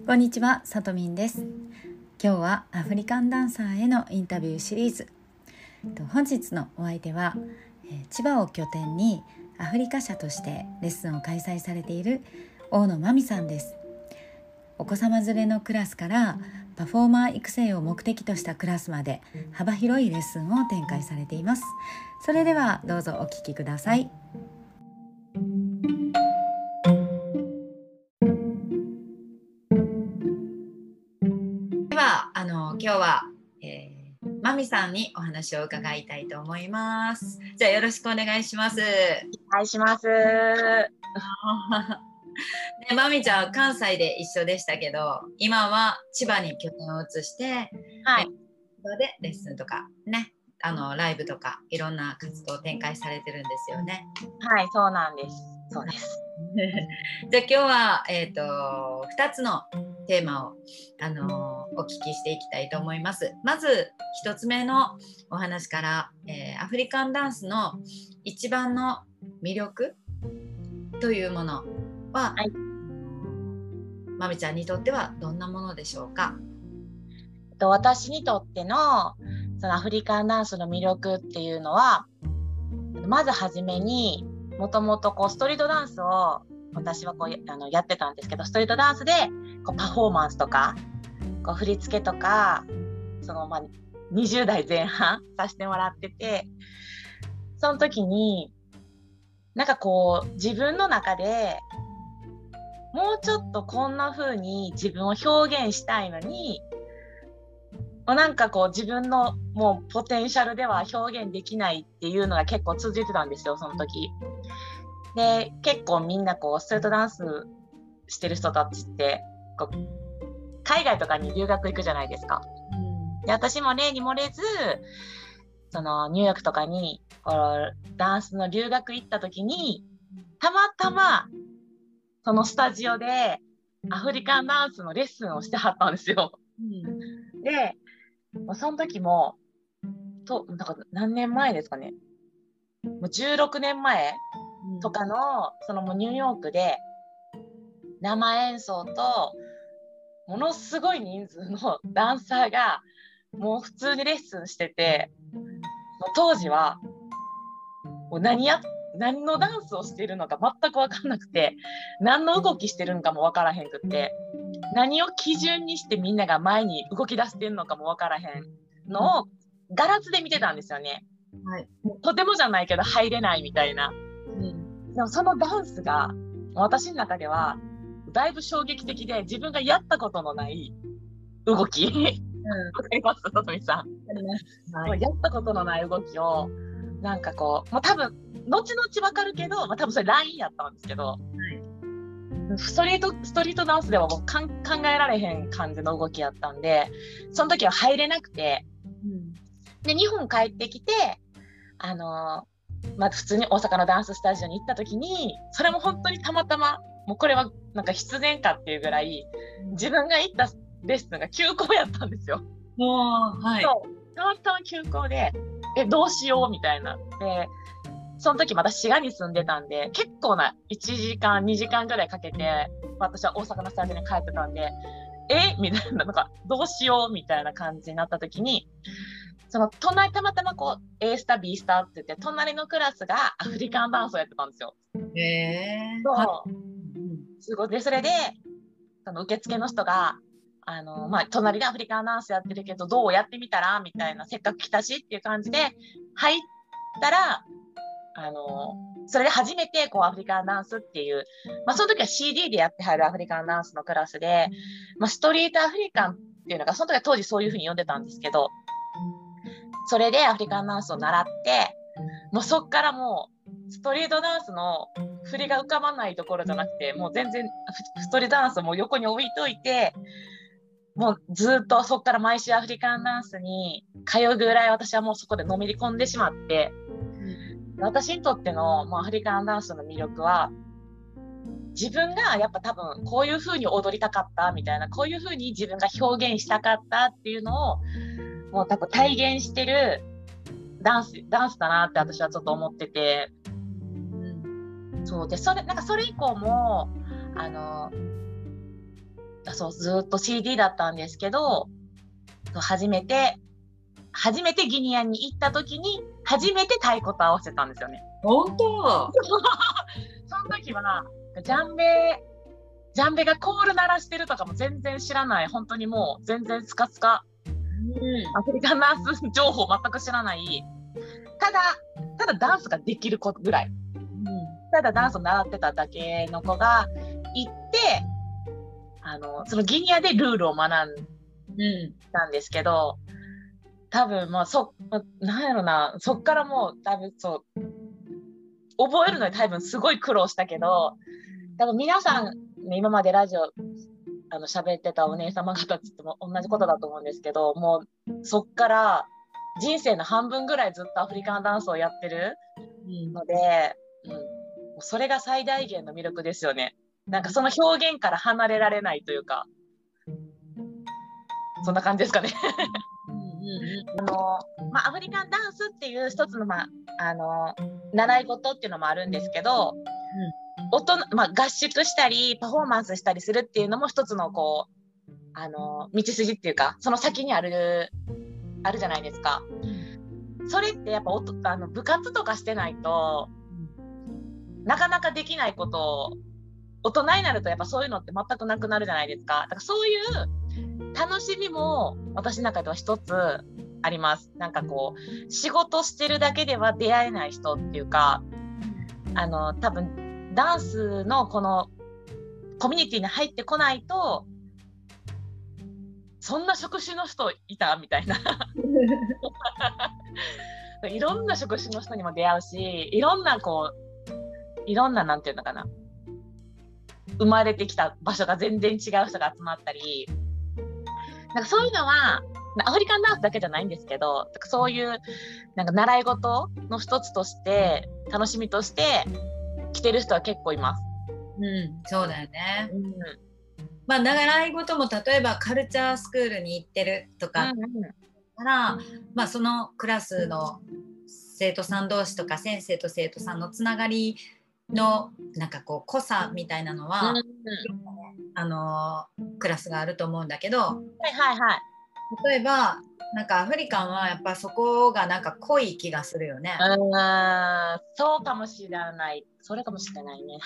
こんにちは、さとみんです。今日はアフリカンダンサーへのインタビューシリーズ。本日のお相手は、千葉を拠点にアフリカ社としてレッスンを開催されている大野真美さんです。お子様連れのクラスからパフォーマー育成を目的としたクラスまで幅広いレッスンを展開されています。それではどうぞお聞きください。では今日は、まみさんにお話を伺いたいと思います。じゃあよろしくお願いします。 お願いします。 まみちゃんは関西で一緒でしたけど、今は千葉に拠点を移して、 はい。 千葉でレッスンとかね、ライブとかいろんな活動を展開されてるんですよね。 はい、そうなんです。そうです。 じゃあ今日は、2つのテーマを、お聞きしていきたいと思います。まず1つ目のお話から、アフリカンダンスの一番の魅力というものは、 はい、 まみちゃんにとってはどんなものでしょうか？ 私にとってのそのアフリカンダンスの魅力っていうのは、まずはじめにもともとストリートダンスを私はやってたんですけど、ストリートダンスでパフォーマンスとか振り付けとか20代前半させてもらってて、その時に自分の中でもうちょっとこんな風に自分を表現したいのに、自分のもうポテンシャルでは表現できないっていうのが結構続いてたんですよ、その時。で、結構みんなストリートダンスしてる人たちって海外とかに留学行くじゃないですか。で、私も例に漏れずニューヨークとかにダンスの留学行った時に、たまたまそのスタジオでアフリカンダンスのレッスンをしてはったんですよ。で、その時も何年前ですかね、もう16年前とかのもうニューヨークで生演奏とものすごい人数のダンサーがもう普通にレッスンしてて、当時はもう何のダンスをしているのか全く分かんなくて、何の動きしてるのかも分からへんくって、何を基準にしてみんなが前に動き出してるのかも分からへんのをガラスで見てたんですよね。はい、とてもじゃないけど入れないみたいな。でもそのダンスが私の中ではだいぶ衝撃的で、自分がやったことのない動き、わかります？さとみさん。はい、やったことのない動きをもう多分後々わかるけど、多分それラインやったんですけど、はい、ストリートダンスではもう考えられへん感じの動きやったんで、その時は入れなくて、で日本帰ってきて普通に大阪のダンススタジオに行った時に、それも本当にたまたま、もうこれは必然かっていうぐらい自分が行ったレッスンが休講やったんですよ。はい、そうたまたま休講でどうしようみたいな。でその時また滋賀に住んでたんで、結構な1時間2時間ぐらいかけて私は大阪のスタジオに帰ってたんで、みたいな、どうしようみたいな感じになった時に、たまたまA スタ B スタって言って隣のクラスがアフリカンダンスをやってたんですよ。すごい。でそれで受付の人が隣でアフリカンダンスやってるけどどうやってみたらみたいな、せっかく来たしっていう感じで入ったら、それで初めてアフリカンダンスっていう、その時は CD でやってはるアフリカンダンスのクラスで、ストリートアフリカンっていうのがその時は当時そういう風に呼んでたんですけど、それでアフリカンダンスを習って、もうそっからもうストリートダンスの振りが浮かばないところじゃなくて、もう全然ストリートダンスも横に置いといて、もうずっとそっから毎週アフリカンダンスに通うぐらい私はもうそこでのめり込んでしまって、私にとってのアフリカンダンスの魅力は、自分がやっぱ多分こういう風に踊りたかったみたいな、こういう風に自分が表現したかったっていうのをもう多分体現してるダンスだなって私はちょっと思ってて、そうで、それ以降もそうずっと CD だったんですけど、初めてギニアに行った時に初めて太鼓と合わせたんですよね。 本当その時はジャンベがコール鳴らしてるとかも全然知らない、本当にもう全然スカスカ、アフリカンダンス情報全く知らない、ただダンスができる子ぐらい、ただダンスを習ってただけの子が行って、そのギニアでルールを学んだんですけど、多分まあなんやろな、そっからもう多分覚えるのに多分すごい苦労したけど、多分皆さん、ね、今までラジオ喋ってたお姉様方っても同じことだと思うんですけど、もうそっから人生の半分ぐらいずっとアフリカンダンスをやってるので、それが最大限の魅力ですよね。なんかその表現から離れられないというか、そんな感じですかね。アフリカンダンスっていう一つの、習い事っていうのもあるんですけど、合宿したりパフォーマンスしたりするっていうのも一つのこう道筋っていうか、その先にあるじゃないですか。それってやっぱ部活とかしてないとなかなかできないことを、大人になるとやっぱそういうのって全くなくなるじゃないですか。だからそういう楽しみも私の中では一つあります。なんかこう仕事してるだけでは出会えない人っていうか、多分ダンスのこのコミュニティに入ってこないと、そんな職種の人いたみたいな。いろんな職種の人にも出会うし、いろんななんていうのかな、生まれてきた場所が全然違う人が集まったり、なんかそういうのはアフリカンダンスだけじゃないんですけど、そういうなんか習い事の一つとして楽しみとして来てる人は結構います。 そうだよね。まあ習い事も例えばカルチャースクールに行ってるとかから、まあそのクラスの生徒さん同士とか先生と生徒さんのつながりのなんかこう濃さみたいなのは、クラスがあると思うんだけど、例えばなんかアフリカンはやっぱそこがなんか濃い気がするよね。 そうかもしれない。それかもしれないね。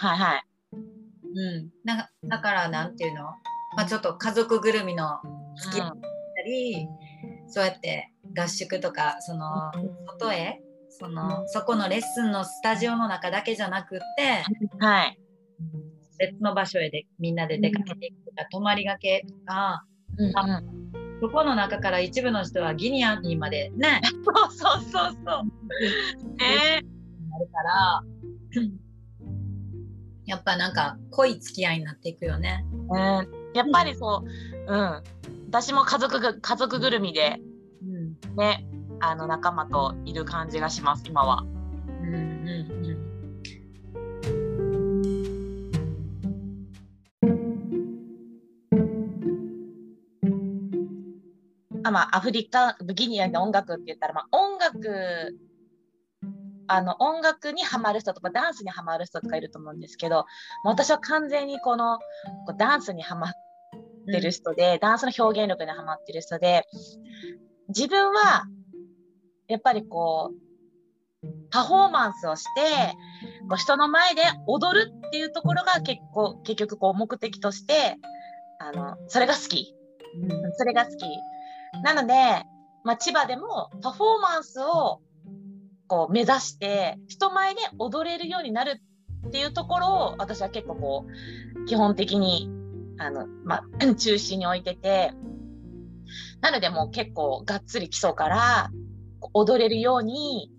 だからなんていうの、ちょっと家族ぐるみの付き合いだったり、そうやって合宿とかその外へそこのレッスンのスタジオの中だけじゃなくって、別の場所へみんなで出かけていくとか、泊まりがけとか、そこの中から一部の人はギニアにまでねそうなるからやっぱなんか濃い付き合いになっていくよね。 やっぱり私も家族ぐるみで、ね、仲間といる感じがします今は。アフリカギニアで音楽って言ったら、音楽にハマる人とかダンスにハマる人とかいると思うんですけど、私は完全にこのダンスにハマってる人で、ダンスの表現力にハマってる人で、自分はやっぱりパフォーマンスをして人の前で踊るっていうところが結局目的としてそれが好き、それが好きなので、千葉でもパフォーマンスを目指して人前で踊れるようになるっていうところを私は結構基本的に中心に置いてて、なのでもう結構がっつり基礎から踊れるように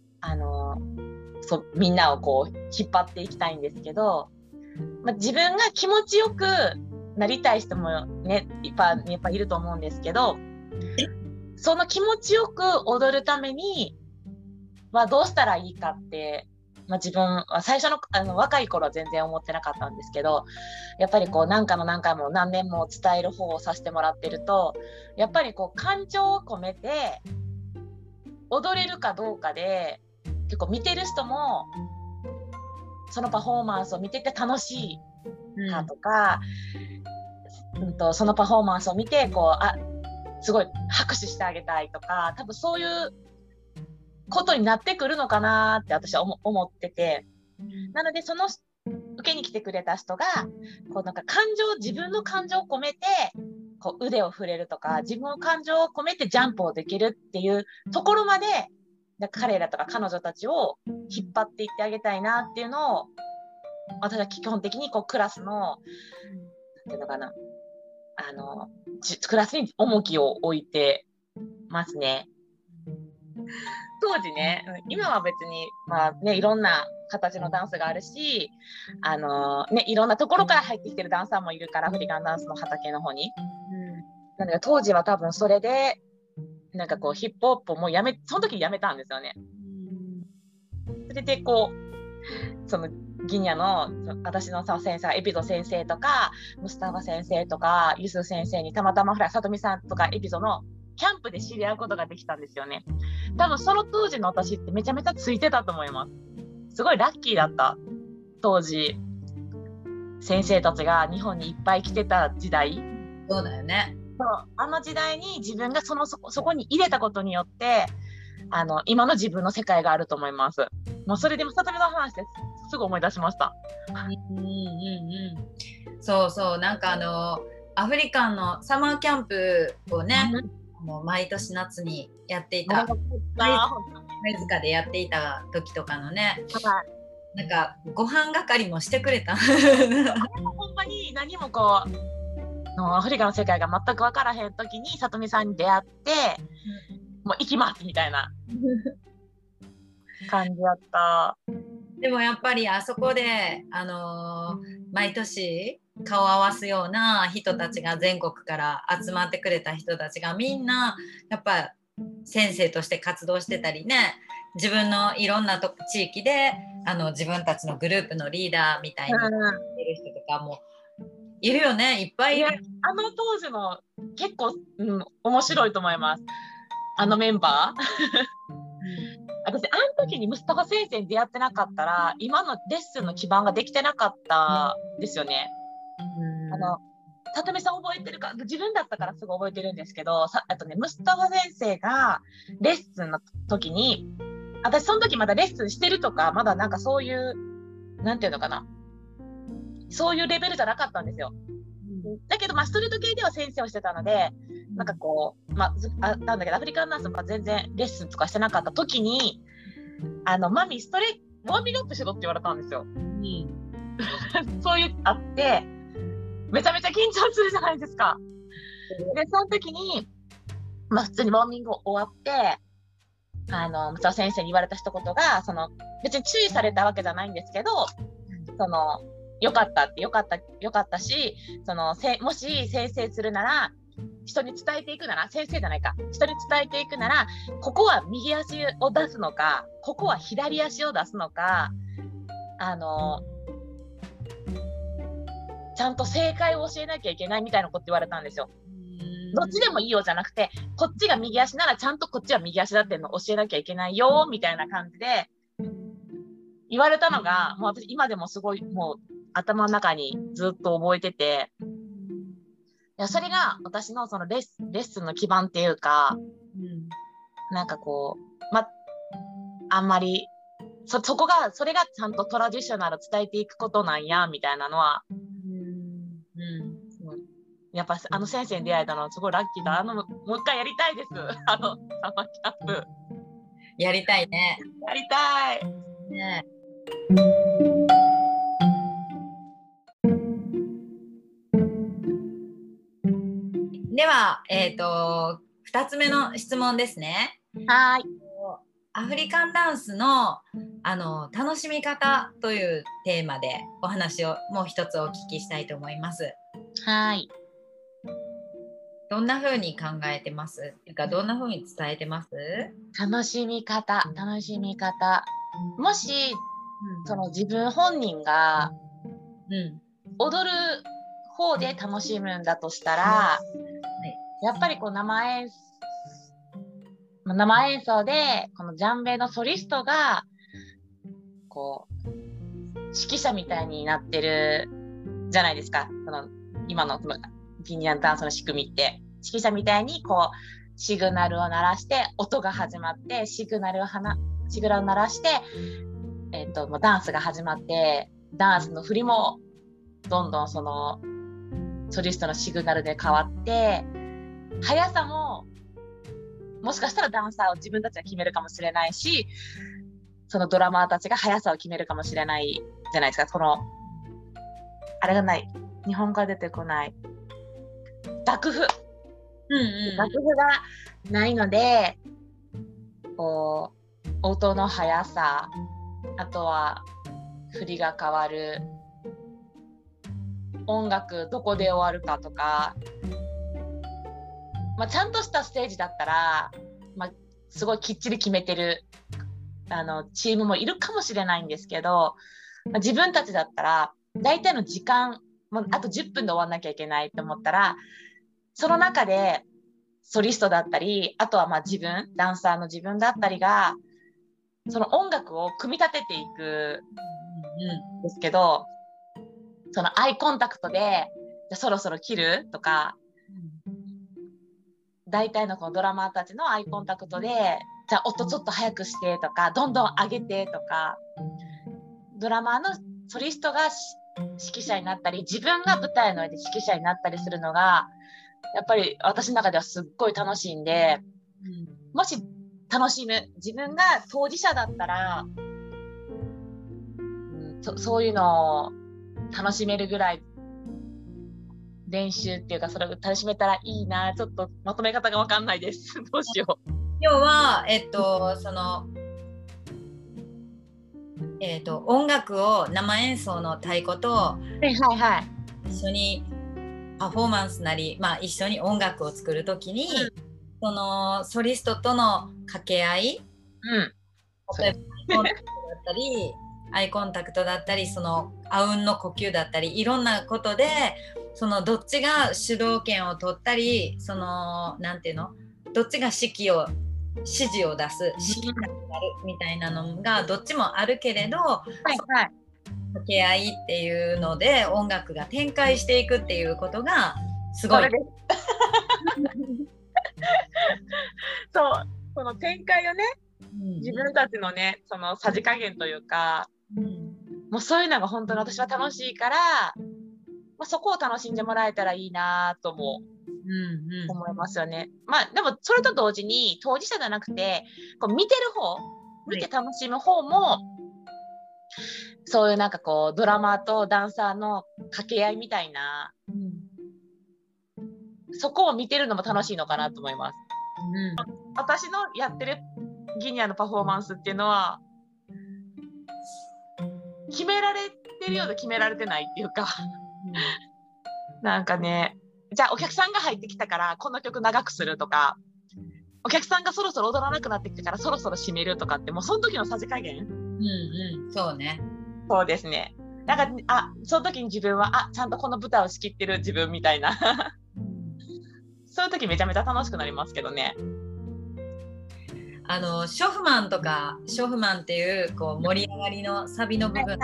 みんなを引っ張っていきたいんですけど、自分が気持ちよくなりたい人もねやっぱいると思うんですけど、その気持ちよく踊るためにどうしたらいいかって、自分は最初の若い頃は全然思ってなかったんですけど、やっぱり何回も何年も伝える方をさせてもらってると、やっぱり感情を込めて踊れるかどうかで結構見てる人もそのパフォーマンスを見てて楽しいかとか、 そのパフォーマンスを見てこうすごい拍手してあげたいとか、多分そういうことになってくるのかなって私は思ってて、なのでその受けに来てくれた人がこうなんか自分の感情を込めてこう腕を振れるとか、自分の感情を込めてジャンプをできるっていうところまで彼らとか彼女たちを引っ張っていってあげたいなっていうのを、私は基本的にこうクラスのなんていうのかな、クラスに重きを置いてますね。当時ね、今は別に、まあね、いろんな形のダンスがあるし、いろんなところから入ってきてるダンサーもいるから、アフリカンダンスの畑の方に。なので当時は多分それで、なんかこうヒップホップをもうその時にやめたんですよね。それでこう、そのギニアの私の先生、エピゾ先生とか、ムスタファ先生とか、ユス先生にたまたまさとみさんとかエピゾのキャンプで知り合うことができたんですよね。多分その当時の私ってめちゃめちゃついてたと思います。すごいラッキーだった。当時先生たちが日本にいっぱい来てた時代。 そうだよね。 あの時代に自分がそこに入れたことによって今の自分の世界があると思います。もうそれでもさとみの話ですぐ思い出しました。 そうそう、なんかアフリカンのサマーキャンプをね、毎年夏にやっていた、貝塚でやっていた時とかのね、なんかご飯係もしてくれた。 ほんまに何もこうアフリカの世界が全く分からへん時にさとみさんに出会って、もう行きますみたいな感じだった。 でもやっぱりあそこで、毎年顔を合わすような人たちが全国から集まってくれた人たちがみんなやっぱ先生として活動してたりね、自分のいろんな地域で自分たちのグループのリーダーみたいにしてる人とかもいるよね。いっぱいいる。 当時の結構、面白いと思います。メンバー。私の時にムスタファ先生に出会ってなかったら今のレッスンの基盤ができてなかったですよね。さとみさん覚えてるか、自分だったからすぐ覚えてるんですけど、ムスタファ先生がレッスンの時に、私その時まだレッスンしてるとか、まだなんかそういうなんていうのかな、そういうレベルじゃなかったんですよ。だけどストリート系では先生をしてたので、なんかこうなんだけどアフリカンダンスとか全然レッスンとかしてなかった時にマミウォーミングアップしろって言われたんですよ。そういうあってめちゃめちゃ緊張するじゃないですか。でその時に、普通にウォーミング終わってムスタファ先生に言われた一言が、別に注意されたわけじゃないんですけど、よかったし、もし先生するなら人に伝えていくなら、先生じゃないか、人に伝えていくなら、ここは右足を出すのか、ここは左足を出すのか、ちゃんと正解を教えなきゃいけないみたいなこと言われたんですよ。どっちでもいいよじゃなくて、こっちが右足ならちゃんとこっちは右足だっていうのを教えなきゃいけないよみたいな感じで言われたのが、もう私今でもすごいもう頭の中にずっと覚えてて、それが私のそのレッスンの基盤っていうか、なんかこう、あんまりそれがちゃんとトラディショナル伝えていくことなんやみたいなのは、やっぱ先生に出会えたのはすごいラッキーだ。もう一回やりたいです。サマーキャンプ。 やりたいね。 やりたい。 ね。では、2つ目の質問ですね。 はい。 アフリカンダンスの楽しみ方というテーマでお話をもう一つお聞きしたいと思います。 はい。 どんな風に考えてます？どんな風に伝えてます？ 楽しみ方。もし、自分本人が踊る方で楽しむんだとしたら、やっぱりこう生演奏でこのジャンベのソリストがこう指揮者みたいになってるじゃないですか。今のギニアンダンスの仕組みって。指揮者みたいにこうシグナルを鳴らして音が始まって、シグナルを鳴らして、もうダンスが始まって、ダンスの振りもどんどんそのソリストのシグナルで変わって、速さももしかしたらダンサーを自分たちが決めるかもしれないし、そのドラマーたちが速さを決めるかもしれないじゃないですか。このあれがない、日本から出てこない楽譜、楽譜がないので、こう音の速さ、あとは振りが変わる、音楽どこで終わるかとか、ちゃんとしたステージだったら、すごいきっちり決めてるチームもいるかもしれないんですけど、自分たちだったら大体の時間、あと10分で終わんなきゃいけないと思ったら、その中でソリストだったり、あとは自分、ダンサーの自分だったりがその音楽を組み立てていくんですけど、そのアイコンタクトでじゃあそろそろ切るとか、大体のこのドラマーたちのアイコンタクトでじゃあ音ちょっと早くしてとか、どんどん上げてとか、ドラマーのソリストが指揮者になったり、自分が舞台の上で指揮者になったりするのがやっぱり私の中ではすっごい楽しいんで、もし楽しむ自分が当事者だったら、そういうのを楽しめるぐらい練習っていうか、それを楽しめたらいいな。ちょっとまとめ方が分かんないですどうしよう。 要はその音楽を生演奏の太鼓と一緒にパフォーマンスなり、一緒に音楽を作るときに、そのソリストとの掛け合い、例えばアイコンタクトだったり、そのあうんの呼吸だったり、いろんなことでそのどっちが主導権を取ったり、そのなんていうの、どっちが指示を出す、指揮者になるみたいなのがどっちもあるけれど、掛け合いっていうので音楽が展開していくっていうことがすごい。 そう、その展開をね、自分たちのね、そのさじ加減というか、もうそういうのが本当に私は楽しいから、そこを楽しんでもらえたらいいなとも思いますよね。でもそれと同時に当事者じゃなくて、こう見てる方、見て楽しむ方も、そういうなんかこうドラマーとダンサーの掛け合いみたいな、そこを見てるのも楽しいのかなと思います。私のやってるギニアのパフォーマンスっていうのは決められてるようで決められてないっていうかなんかね、じゃあお客さんが入ってきたからこの曲長くするとか、お客さんがそろそろ踊らなくなってきたからそろそろ締めるとかって、もうその時のさじ加減。 そうね。 そうですね。なんかその時に自分はちゃんとこの舞台を仕切ってる自分みたいなそういう時めちゃめちゃ楽しくなりますけどね。 ショフマンっていう、こう盛り上がりのサビの部分、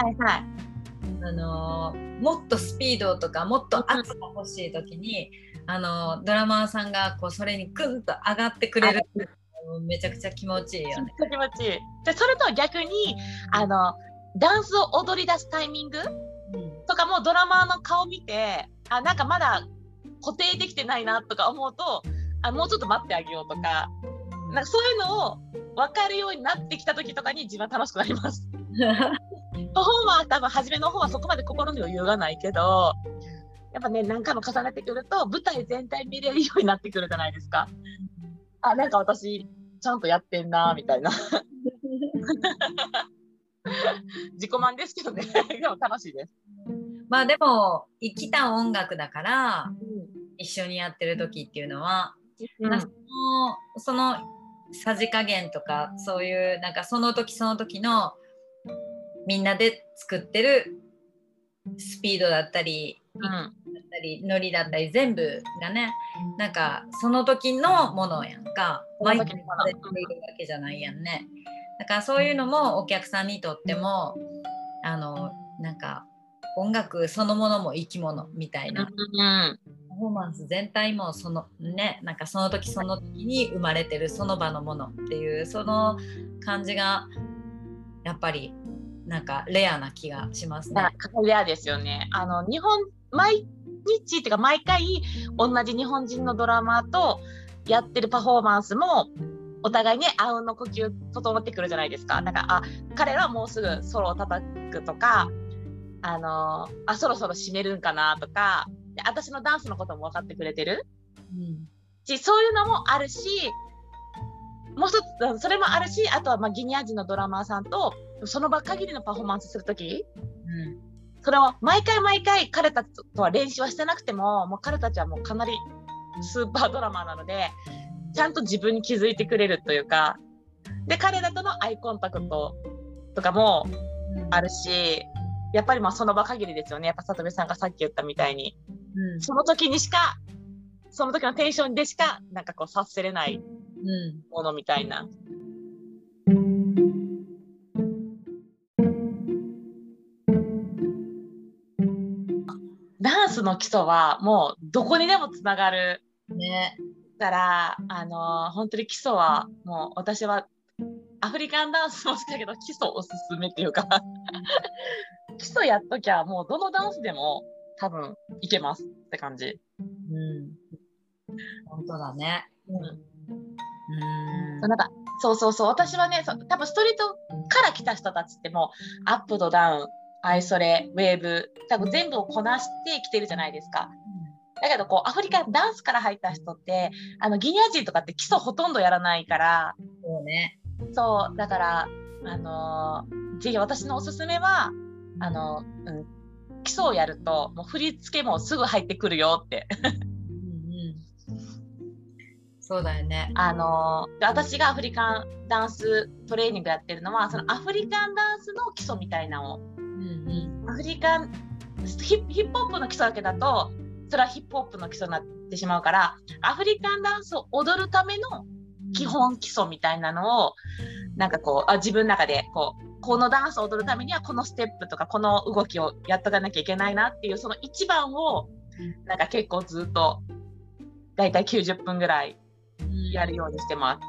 もっとスピードとかもっと圧が欲しい時にドラマーさんがこうそれにグンと上がってくれる、めちゃくちゃ気持ちいいよね。 気持ちいい。でそれと逆にダンスを踊り出すタイミングとかもドラマーの顔見て、なんかまだ固定できてないなとか思うと、もうちょっと待ってあげようとか、なんかそういうのを分かるようになってきた時とかに自分は楽しくなりますパフォーマー多分初めの方はそこまで心の余裕がないけど、やっぱね何回も重ねてくると舞台全体見れるようになってくるじゃないですか。なんか私ちゃんとやってんなみたいな自己満ですけどねでも楽しいです。 でも生きた音楽だから、一緒にやってる時っていうのは、そのさじ加減とか、そういうなんかその時その時のみんなで作ってるスピードだったり、ノリだったり全部がね、なんかその時のものやんか、毎回されているわけじゃないやんね。だからそういうのもお客さんにとってもなんか音楽そのものも生き物みたいな感フォーマンス全体もそのね、なんかその時その時に生まれてるその場のものっていうその感じがやっぱりなんかレアな気がしますね。 レアですよね。毎日っていうか毎回同じ日本人のドラマーとやってるパフォーマンスもお互いね、あうんの呼吸整ってくるじゃないですか。なんか彼はもうすぐソロを叩くとか、そろそろ締めるんかなとか、で私のダンスのことも分かってくれてる、そういうのもあるし、もう一つそれもあるし、あとはギニア人のドラマーさんとその場限りのパフォーマンスするとき、それを毎回彼たちとは練習はしてなくても、もう彼たちはもうかなりスーパードラマーなので、ちゃんと自分に気づいてくれるというか、で彼らとのアイコンタクトとかもあるし、やっぱりその場限りですよね。やっぱ里部さんがさっき言ったみたいに、その時にしか、その時のテンションでしかなんかこう察せれないものみたいな。ダンスの基礎はもうどこにでもつながるから、本当に基礎はもう私はアフリカンダンスも好きだけど基礎おすすめっていうか基礎やっときゃもうどのダンスでも多分いけますって感じ。 本当だね。 なんかそう私はね、多分ストリートから来た人たちってもうアップとダウン、アイソレ、ウェーブ多分全部をこなしてきてるじゃないですか。だけどこうアフリカダンスから入った人ってギニア人とかって基礎ほとんどやらないから、そうだからぜひ私のおすすめは基礎をやるともう振り付けもすぐ入ってくるよってそうだよね。 私がアフリカンダンストレーニングやってるのはそのアフリカンダンスの基礎みたいなのを、アフリカンヒップホップの基礎だけだとそれはヒップホップの基礎になってしまうから、アフリカンダンスを踊るための基本基礎みたいなのをなんかこう自分の中でこのダンスを踊るためにはこのステップとかこの動きをやっとかなきゃいけないなっていうその一番をなんか結構ずっとだいたい90分ぐらいやるようにしてます。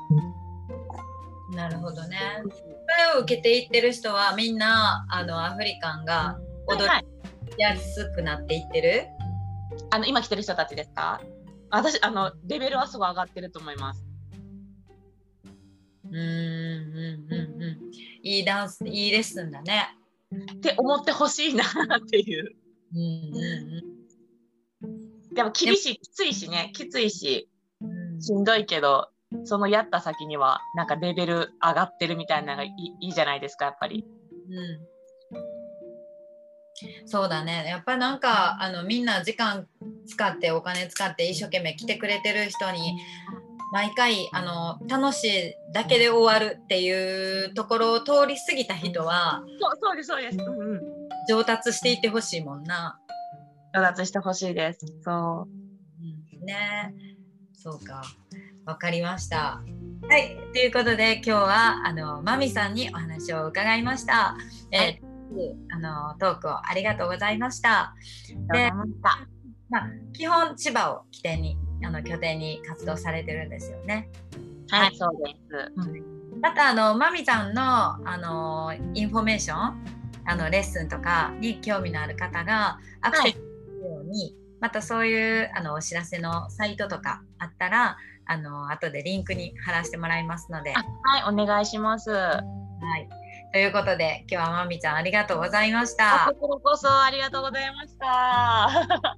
なるほどね。それを受けていってる人はみんなアフリカンが踊りやすくなっていってる？ 今来てる人たちですか？私レベルはすごい上がってると思います。 いいダンス、いいレッスンだねって思ってほしいなっていう。でも厳しい、きついしね、きついし、しんどいけどそのやった先にはなんかレベル上がってるみたいなのがいいじゃないですか、やっぱり。 そうだね。やっぱなんかみんな時間使ってお金使って一生懸命来てくれてる人に毎回楽しいだけで終わるっていうところを通り過ぎた人はそうです、 上達していってほしいもんな。 上達してほしいです。 ね、そうか、わかりました。はい、ということで今日はマミさんにお話を伺いました。トークをありがとうございました。で、基本千葉を起点に拠点に活動されてるんですよね。 はい、そうです。 またマミさんのインフォメーションレッスンとかに興味のある方がアクセスするように、またそういうお知らせのサイトとかあったら後でリンクに貼らせてもらいますので、 はい、お願いします。 はい、ということで今日はまみちゃんありがとうございました。 こちらこそありがとうございました。